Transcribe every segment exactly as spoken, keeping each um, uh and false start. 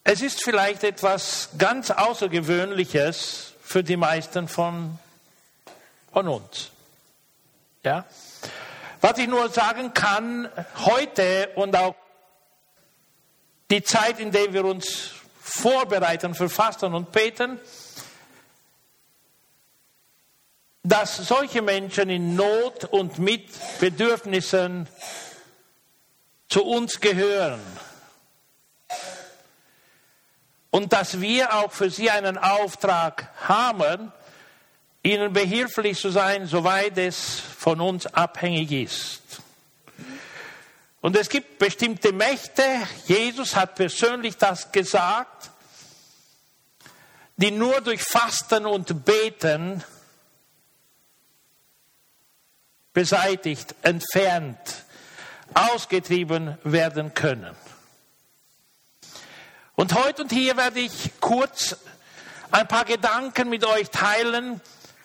Es ist vielleicht etwas ganz Außergewöhnliches für die meisten von, von uns. Ja? Was ich nur sagen kann, heute und auch die Zeit, in der wir uns vorbereiten für Fasten und Beten, dass solche Menschen in Not und mit Bedürfnissen zu uns gehören. Und dass wir auch für sie einen Auftrag haben, ihnen behilflich zu sein, soweit es von uns abhängig ist. Und es gibt bestimmte Mächte, Jesus hat persönlich das gesagt, die nur durch Fasten und Beten beseitigt, entfernt, ausgetrieben werden können. Und heute und hier werde ich kurz ein paar Gedanken mit euch teilen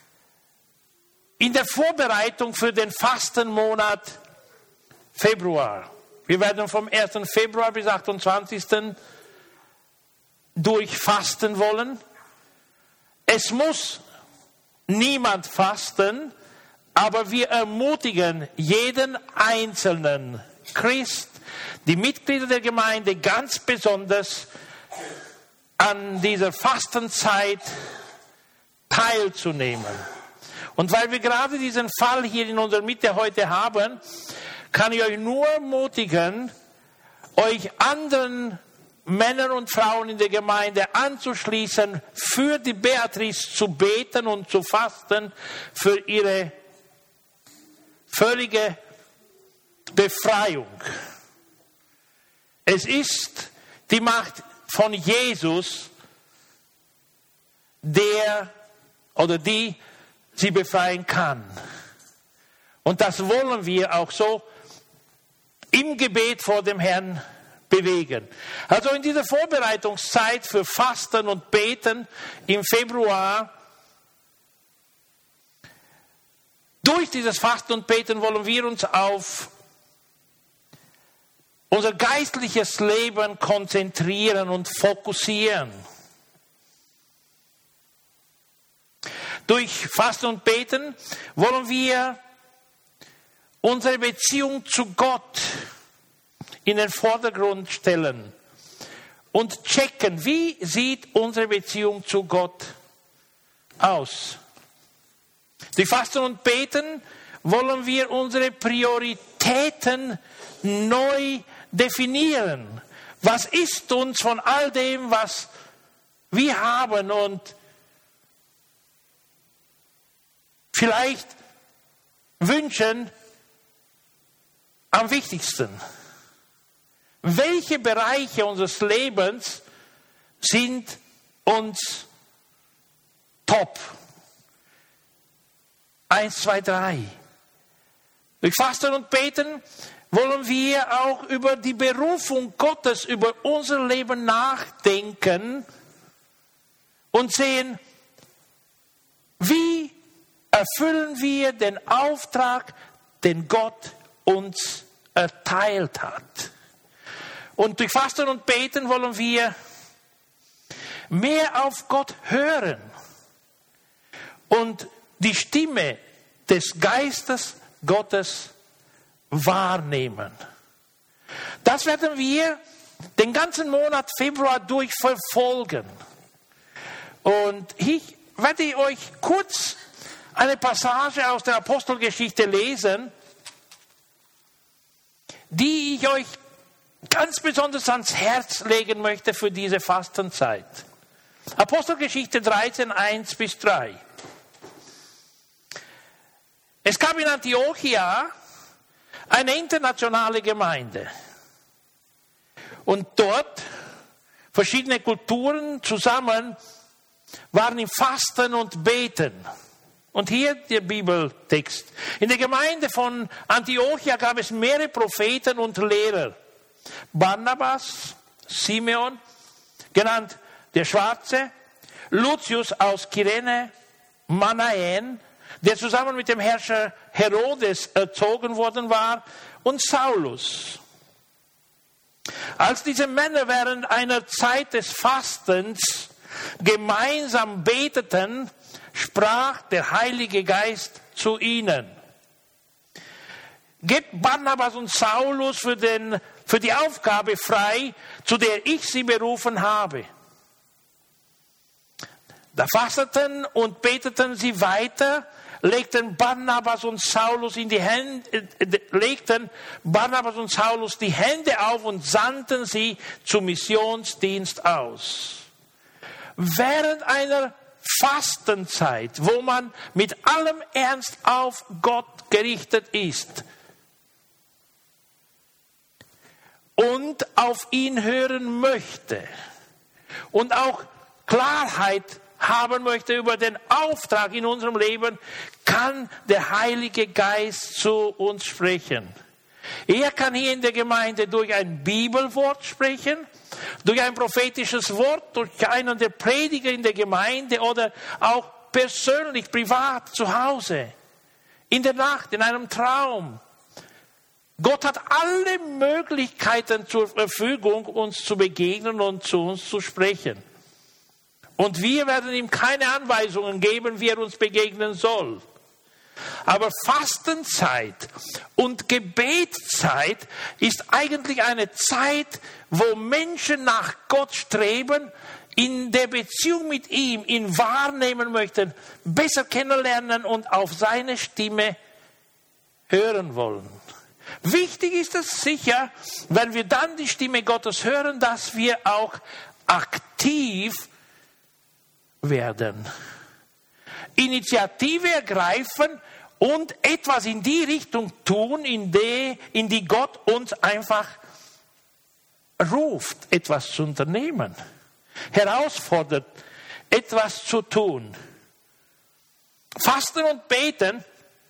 in der Vorbereitung für den Fastenmonat Februar. Wir werden vom ersten Februar bis achtundzwanzigsten durchfasten wollen. Es muss niemand fasten, aber wir ermutigen jeden einzelnen Christ, die Mitglieder der Gemeinde ganz besonders an dieser Fastenzeit teilzunehmen. Und weil wir gerade diesen Fall hier in unserer Mitte heute haben, kann ich euch nur ermutigen, euch anderen Männern und Frauen in der Gemeinde anzuschließen, für die Beatrice zu beten und zu fasten, für ihre völlige Befreiung. Es ist die Macht von Jesus, der oder die sie befreien kann. Und das wollen wir auch so im Gebet vor dem Herrn bewegen. Also in dieser Vorbereitungszeit für Fasten und Beten im Februar, durch dieses Fasten und Beten wollen wir uns auf unser geistliches Leben konzentrieren und fokussieren. Durch Fasten und Beten wollen wir unsere Beziehung zu Gott in den Vordergrund stellen und checken, wie sieht unsere Beziehung zu Gott aus. Durch Fasten und Beten wollen wir unsere Prioritäten neu definieren. Was ist uns von all dem, was wir haben und vielleicht wünschen, am wichtigsten? Welche Bereiche unseres Lebens sind uns top? Eins, zwei, drei. Durch Fasten und Beten wollen wir auch über die Berufung Gottes, über unser Leben nachdenken und sehen, wie erfüllen wir den Auftrag, den Gott uns erteilt hat. Und durch Fasten und Beten wollen wir mehr auf Gott hören und die Stimme des Geistes Gottes wahrnehmen. Das werden wir den ganzen Monat Februar durch verfolgen. Und ich werde euch kurz eine Passage aus der Apostelgeschichte lesen, die ich euch ganz besonders ans Herz legen möchte für diese Fastenzeit. Apostelgeschichte dreizehn, eins bis drei. Es gab in Antiochia eine internationale Gemeinde. Und dort verschiedene Kulturen zusammen waren im Fasten und Beten. Und hier der Bibeltext. In der Gemeinde von Antiochia gab es mehrere Propheten und Lehrer. Barnabas, Simeon, genannt der Schwarze, Lucius aus Kyrene, Manaen, der zusammen mit dem Herrscher Herodes erzogen worden war, und Saulus. Als diese Männer während einer Zeit des Fastens gemeinsam beteten, sprach der Heilige Geist zu ihnen: Gebt Barnabas und Saulus für, den, für die Aufgabe frei, zu der ich sie berufen habe. Da fasteten und beteten sie weiter, legten Barnabas und Saulus in die Hände, legten Barnabas und Saulus die Hände auf und sandten sie zum Missionsdienst aus. Während einer Fastenzeit, wo man mit allem Ernst auf Gott gerichtet ist und auf ihn hören möchte und auch Klarheit haben möchte über den Auftrag in unserem Leben, kann der Heilige Geist zu uns sprechen. Er kann hier in der Gemeinde durch ein Bibelwort sprechen, durch ein prophetisches Wort, durch einen der Prediger in der Gemeinde oder auch persönlich, privat, zu Hause, in der Nacht, in einem Traum. Gott hat alle Möglichkeiten zur Verfügung, uns zu begegnen und zu uns zu sprechen. Und wir werden ihm keine Anweisungen geben, wie er uns begegnen soll. Aber Fastenzeit und Gebetszeit ist eigentlich eine Zeit, wo Menschen nach Gott streben, in der Beziehung mit ihm, ihn wahrnehmen möchten, besser kennenlernen und auf seine Stimme hören wollen. Wichtig ist es sicher, wenn wir dann die Stimme Gottes hören, dass wir auch aktiv werden. Initiative ergreifen und etwas in die Richtung tun, in die, in die Gott uns einfach ruft, etwas zu unternehmen, herausfordert, etwas zu tun. Fasten und Beten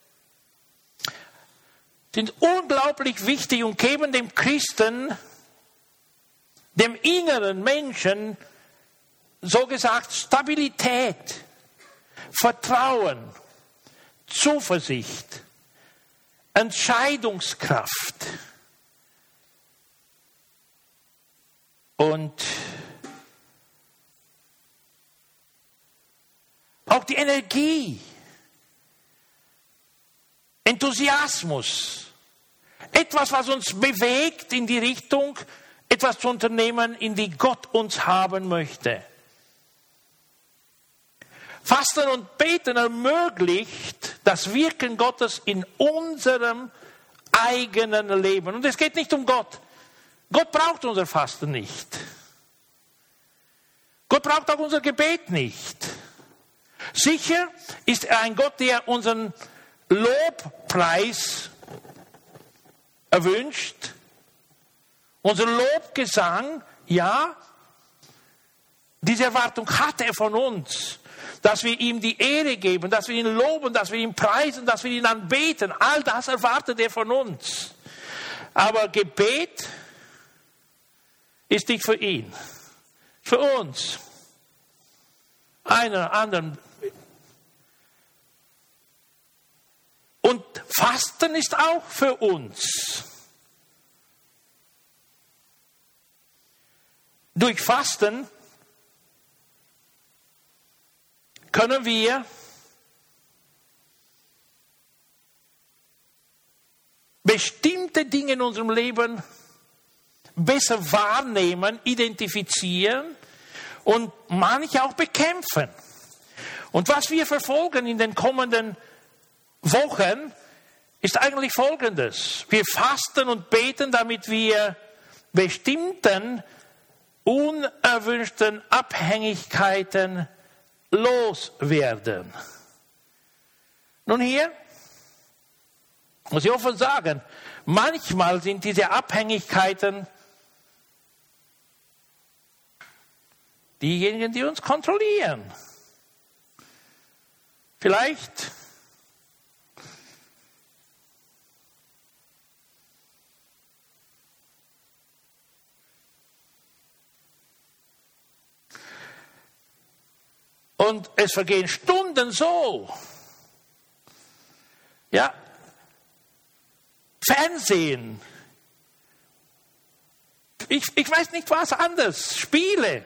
sind unglaublich wichtig und geben dem Christen, dem inneren Menschen, so gesagt, Stabilität, Vertrauen, Zuversicht, Entscheidungskraft und auch die Energie, Enthusiasmus, etwas, was uns bewegt in die Richtung, etwas zu unternehmen, in die Gott uns haben möchte. Fasten und Beten ermöglicht das Wirken Gottes in unserem eigenen Leben. Und es geht nicht um Gott. Gott braucht unser Fasten nicht. Gott braucht auch unser Gebet nicht. Sicher ist er ein Gott, der unseren Lobpreis erwünscht, unser Lobgesang, ja, diese Erwartung hat er von uns, dass wir ihm die Ehre geben, dass wir ihn loben, dass wir ihn preisen, dass wir ihn anbeten. All das erwartet er von uns. Aber Gebet ist nicht für ihn, für uns. Einer anderen. Und Fasten ist auch für uns. Durch Fasten können wir bestimmte Dinge in unserem Leben besser wahrnehmen, identifizieren und manche auch bekämpfen. Und was wir verfolgen in den kommenden Wochen ist eigentlich Folgendes. Wir fasten und beten, damit wir bestimmten unerwünschten Abhängigkeiten loswerden. Nun hier muss ich offen sagen, manchmal sind diese Abhängigkeiten diejenigen, die uns kontrollieren. Vielleicht und es vergehen Stunden so. Ja, Fernsehen, ich, ich weiß nicht was anderes, Spiele.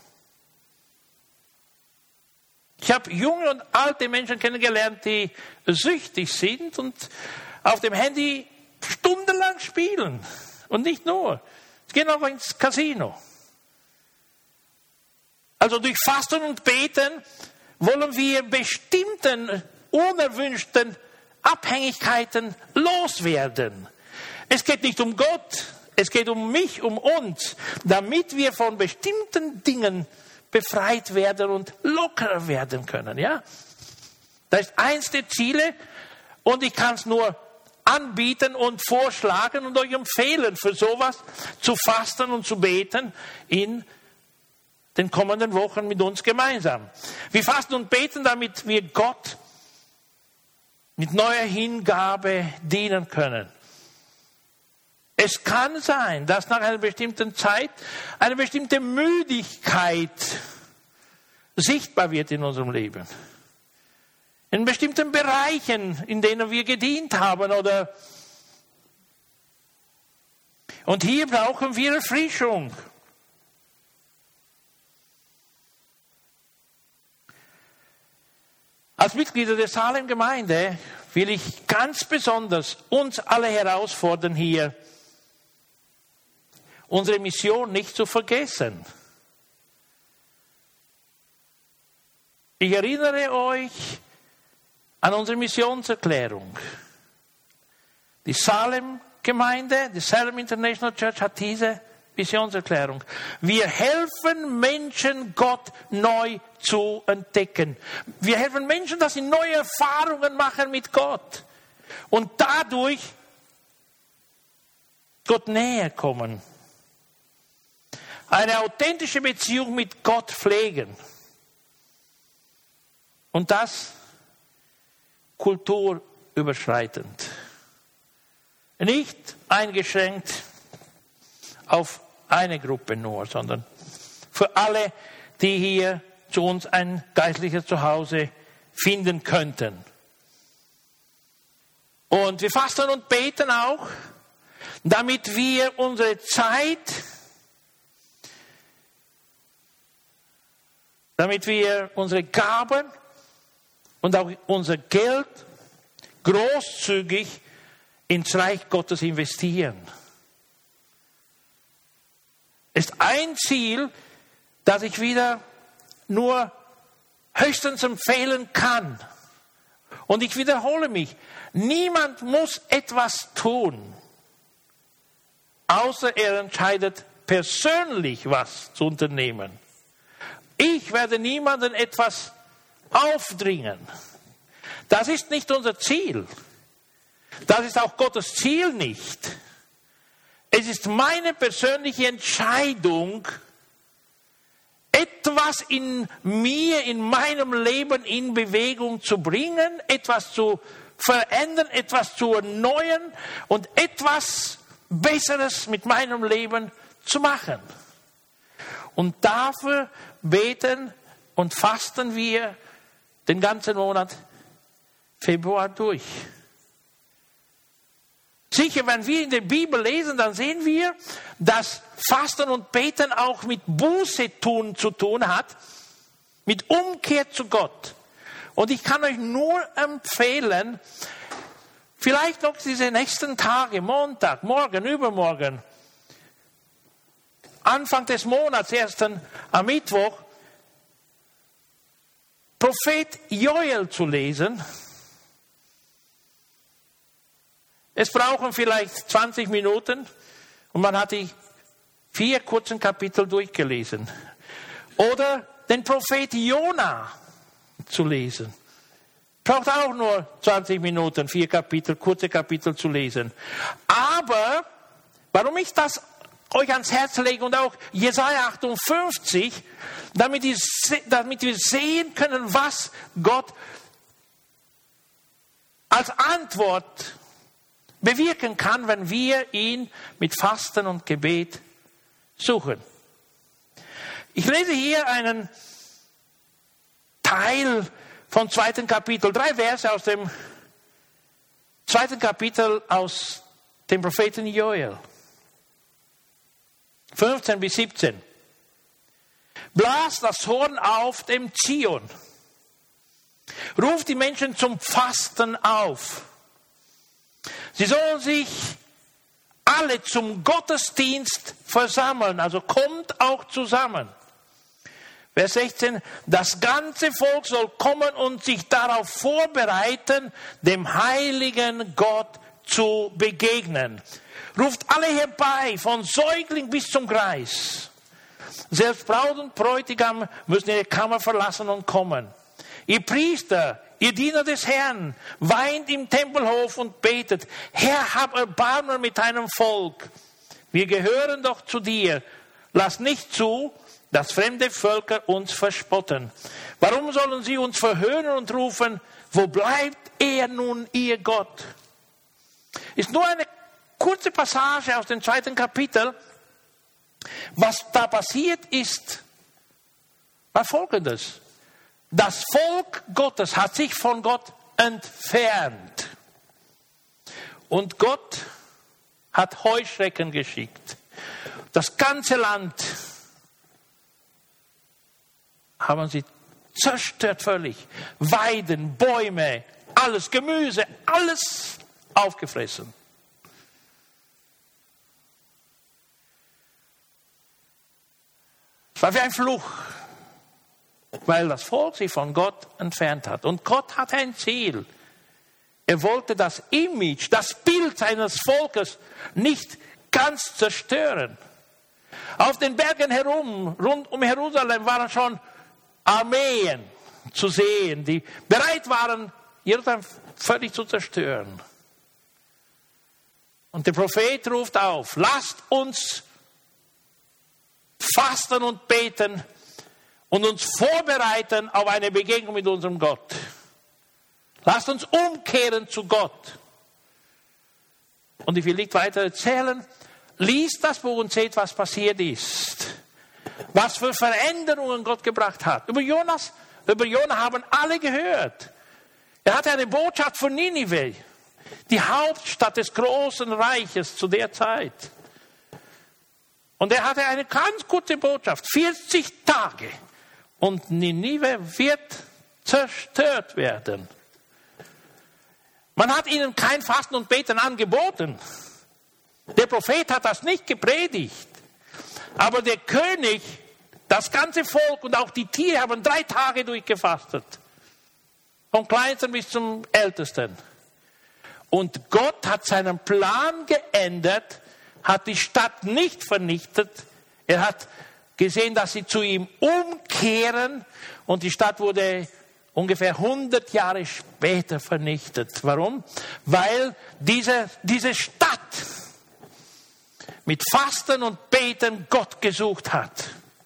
Ich habe junge und alte Menschen kennengelernt, die süchtig sind und auf dem Handy stundenlang spielen. Und nicht nur. Sie gehen auch ins Casino. Also durch Fasten und Beten wollen wir bestimmten, unerwünschten Abhängigkeiten loswerden. Es geht nicht um Gott, es geht um mich, um uns, damit wir von bestimmten Dingen befreit werden und lockerer werden können. Ja? Das ist eins der Ziele und ich kann es nur anbieten und vorschlagen und euch empfehlen, für sowas zu fasten und zu beten in den kommenden Wochen mit uns gemeinsam. Wir fasten und beten, damit wir Gott mit neuer Hingabe dienen können. Es kann sein, dass nach einer bestimmten Zeit eine bestimmte Müdigkeit sichtbar wird in unserem Leben. In bestimmten Bereichen, in denen wir gedient haben. Oder und hier brauchen wir Erfrischung. Als Mitglieder der Salem-Gemeinde will ich ganz besonders uns alle herausfordern, hier unsere Mission nicht zu vergessen. Ich erinnere euch an unsere Missionserklärung. Die Salem-Gemeinde, die Salem International Church hat diese Missionserklärung. Wir helfen Menschen, Gott neu zu entdecken. Wir helfen Menschen, dass sie neue Erfahrungen machen mit Gott und dadurch Gott näher kommen. Eine authentische Beziehung mit Gott pflegen. Und das kulturüberschreitend. Nicht eingeschränkt auf eine Gruppe nur, sondern für alle, die hier zu uns ein geistliches Zuhause finden könnten. Und wir fasten und beten auch, damit wir unsere Zeit, damit wir unsere Gaben und auch unser Geld großzügig ins Reich Gottes investieren. Ist ein Ziel, das ich wieder nur höchstens empfehlen kann. Und ich wiederhole mich, niemand muss etwas tun, außer er entscheidet persönlich was zu unternehmen. Ich werde niemandem etwas aufdringen. Das ist nicht unser Ziel. Das ist auch Gottes Ziel nicht. Es ist meine persönliche Entscheidung, etwas in mir, in meinem Leben in Bewegung zu bringen, etwas zu verändern, etwas zu erneuern und etwas Besseres mit meinem Leben zu machen. Und dafür beten und fasten wir den ganzen Monat Februar durch. Sicher, wenn wir in der Bibel lesen, dann sehen wir, dass Fasten und Beten auch mit Buße tun zu tun hat, mit Umkehr zu Gott. Und ich kann euch nur empfehlen, vielleicht noch diese nächsten Tage, Montag, morgen, übermorgen, Anfang des Monats, ersten am Mittwoch, Prophet Joel zu lesen. Es brauchen vielleicht zwanzig Minuten und man hat die vier kurzen Kapitel durchgelesen. Oder den Prophet Jona zu lesen. Braucht auch nur zwanzig Minuten, vier Kapitel, kurze Kapitel zu lesen. Aber, warum ich das euch ans Herz lege und auch Jesaja achtundfünfzig, damit, ich, damit wir sehen können, was Gott als Antwort bewirken kann, wenn wir ihn mit Fasten und Gebet suchen. Ich lese hier einen Teil vom zweiten Kapitel, drei Verse aus dem zweiten Kapitel aus dem Propheten Joel. fünfzehn bis siebzehn. Blas das Horn auf dem Zion. Ruft die Menschen zum Fasten auf. Sie sollen sich alle zum Gottesdienst versammeln, also kommt auch zusammen. Vers sechzehn, das ganze Volk soll kommen und sich darauf vorbereiten, dem heiligen Gott zu begegnen. Ruft alle herbei, von Säugling bis zum Greis. Selbst Braut und Bräutigam müssen ihre Kammer verlassen und kommen. Ihr Priester, ihr Diener des Herrn, weint im Tempelhof und betet, Herr, hab Erbarmen mit deinem Volk. Wir gehören doch zu dir. Lass nicht zu, dass fremde Völker uns verspotten. Warum sollen sie uns verhöhnen und rufen, wo bleibt er nun, ihr Gott? Ist nur eine kurze Passage aus dem zweiten Kapitel. Was da passiert ist, war Folgendes. Das Volk Gottes hat sich von Gott entfernt. Und Gott hat Heuschrecken geschickt. Das ganze Land haben sie zerstört völlig. Weiden, Bäume, alles, Gemüse, alles aufgefressen. Es war wie ein Fluch, weil das Volk sich von Gott entfernt hat. Und Gott hat ein Ziel. Er wollte das Image, das Bild seines Volkes nicht ganz zerstören. Auf den Bergen herum, rund um Jerusalem, waren schon Armeen zu sehen, die bereit waren, Jerusalem völlig zu zerstören. Und der Prophet ruft auf, lasst uns fasten und beten und uns vorbereiten auf eine Begegnung mit unserem Gott. Lasst uns umkehren zu Gott. Und ich will nicht weiter erzählen. Liest das Buch und seht, was passiert ist. Was für Veränderungen Gott gebracht hat. Über Jonas, über Jona haben alle gehört. Er hatte eine Botschaft von Ninive, die Hauptstadt des großen Reiches zu der Zeit. Und er hatte eine ganz gute Botschaft, vierzig Tage. Und Ninive wird zerstört werden. Man hat ihnen kein Fasten und Beten angeboten. Der Prophet hat das nicht gepredigt. Aber der König, das ganze Volk und auch die Tiere haben drei Tage durchgefastet. Vom Kleinsten bis zum Ältesten. Und Gott hat seinen Plan geändert, hat die Stadt nicht vernichtet. Er hat gesehen, dass sie zu ihm umkehren. Und die Stadt wurde ungefähr hundert Jahre später vernichtet. Warum? Weil diese, diese Stadt mit Fasten und Beten Gott gesucht hat.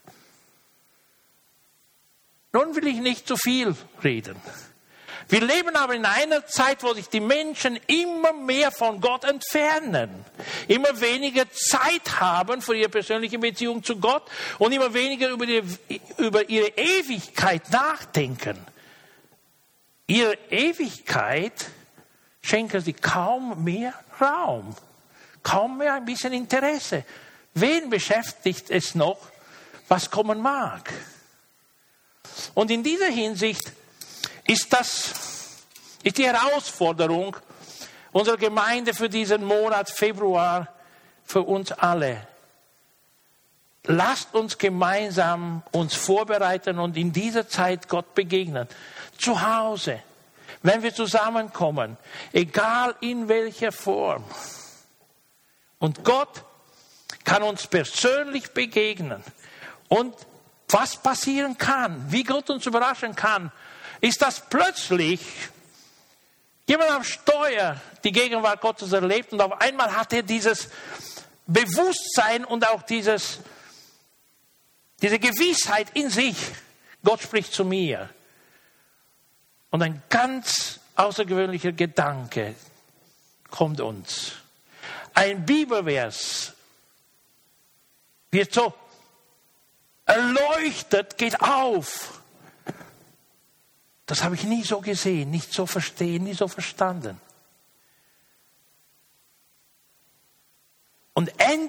Nun will ich nicht zu viel reden. Wir leben aber in einer Zeit, wo sich die Menschen immer mehr von Gott entfernen, immer weniger Zeit haben für ihre persönliche Beziehung zu Gott und immer weniger über, die, über ihre Ewigkeit nachdenken. Ihre Ewigkeit schenken sie kaum mehr Raum, kaum mehr ein bisschen Interesse. Wen beschäftigt es noch, was kommen mag? Und in dieser Hinsicht ist das, ist die Herausforderung unserer Gemeinde für diesen Monat Februar, für uns alle. Lasst uns gemeinsam uns vorbereiten und in dieser Zeit Gott begegnen. Zu Hause, wenn wir zusammenkommen, egal in welcher Form. Und Gott kann uns persönlich begegnen. Und was passieren kann, wie Gott uns überraschen kann, ist, dass plötzlich jemand am Steuer die Gegenwart Gottes erlebt und auf einmal hat er dieses Bewusstsein und auch dieses, diese Gewissheit in sich, Gott spricht zu mir. Und ein ganz außergewöhnlicher Gedanke kommt uns. Ein Bibelvers wird so erleuchtet, geht auf. Das habe ich nie so gesehen, nicht so verstehen, nie so verstanden. Und ändert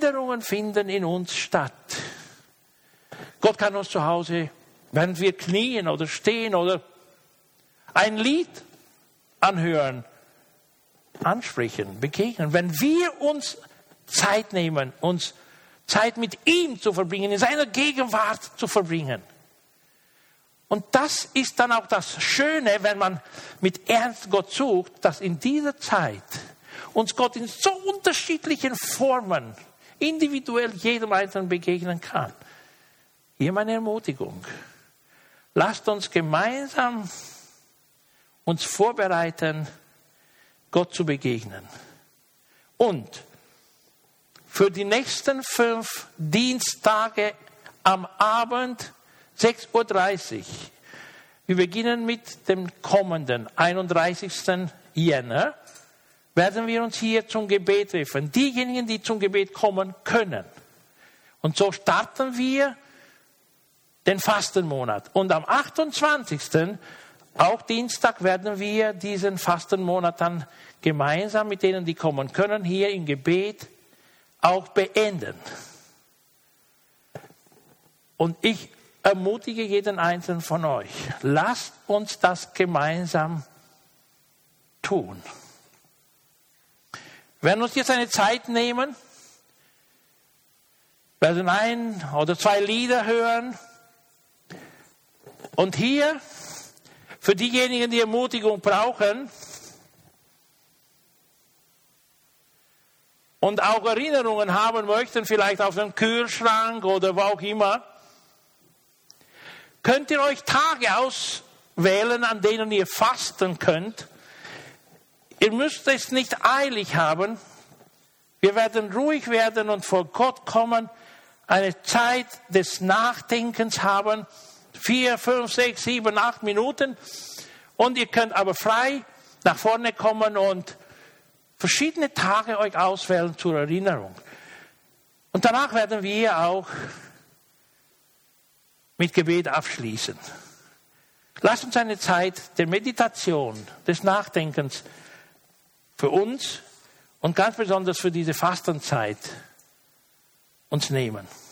Veränderungen finden in uns statt. Gott kann uns zu Hause, während wir knien oder stehen oder ein Lied anhören, ansprechen, begegnen. Wenn wir uns Zeit nehmen, uns Zeit mit ihm zu verbringen, in seiner Gegenwart zu verbringen. Und das ist dann auch das Schöne, wenn man mit Ernst Gott sucht, dass in dieser Zeit uns Gott in so unterschiedlichen Formen individuell jedem Einzelnen begegnen kann. Hier meine Ermutigung. Lasst uns gemeinsam uns vorbereiten, Gott zu begegnen. Und für die nächsten fünf Dienstage am Abend sechs Uhr dreißig. Wir beginnen mit dem kommenden einunddreißigsten Jänner. Werden wir uns hier zum Gebet treffen. Diejenigen, die zum Gebet kommen können. Und so starten wir den Fastenmonat. Und am achtundzwanzigsten auch Dienstag werden wir diesen Fastenmonat dann gemeinsam mit denen, die kommen können, hier im Gebet auch beenden. Und ich ermutige jeden Einzelnen von euch, lasst uns das gemeinsam tun. Wir werden uns jetzt eine Zeit nehmen, werden ein oder zwei Lieder hören und hier für diejenigen, die Ermutigung brauchen und auch Erinnerungen haben möchten, vielleicht auf dem Kühlschrank oder wo auch immer, könnt ihr euch Tage auswählen, an denen ihr fasten könnt. Ihr müsst es nicht eilig haben. Wir werden ruhig werden und vor Gott kommen, eine Zeit des Nachdenkens haben, vier, fünf, sechs, sieben, acht Minuten. Und ihr könnt aber frei nach vorne kommen und verschiedene Tage euch auswählen zur Erinnerung. Und danach werden wir auch mit Gebet abschließen. Lasst uns eine Zeit der Meditation, des Nachdenkens für uns und ganz besonders für diese Fastenzeit uns nehmen.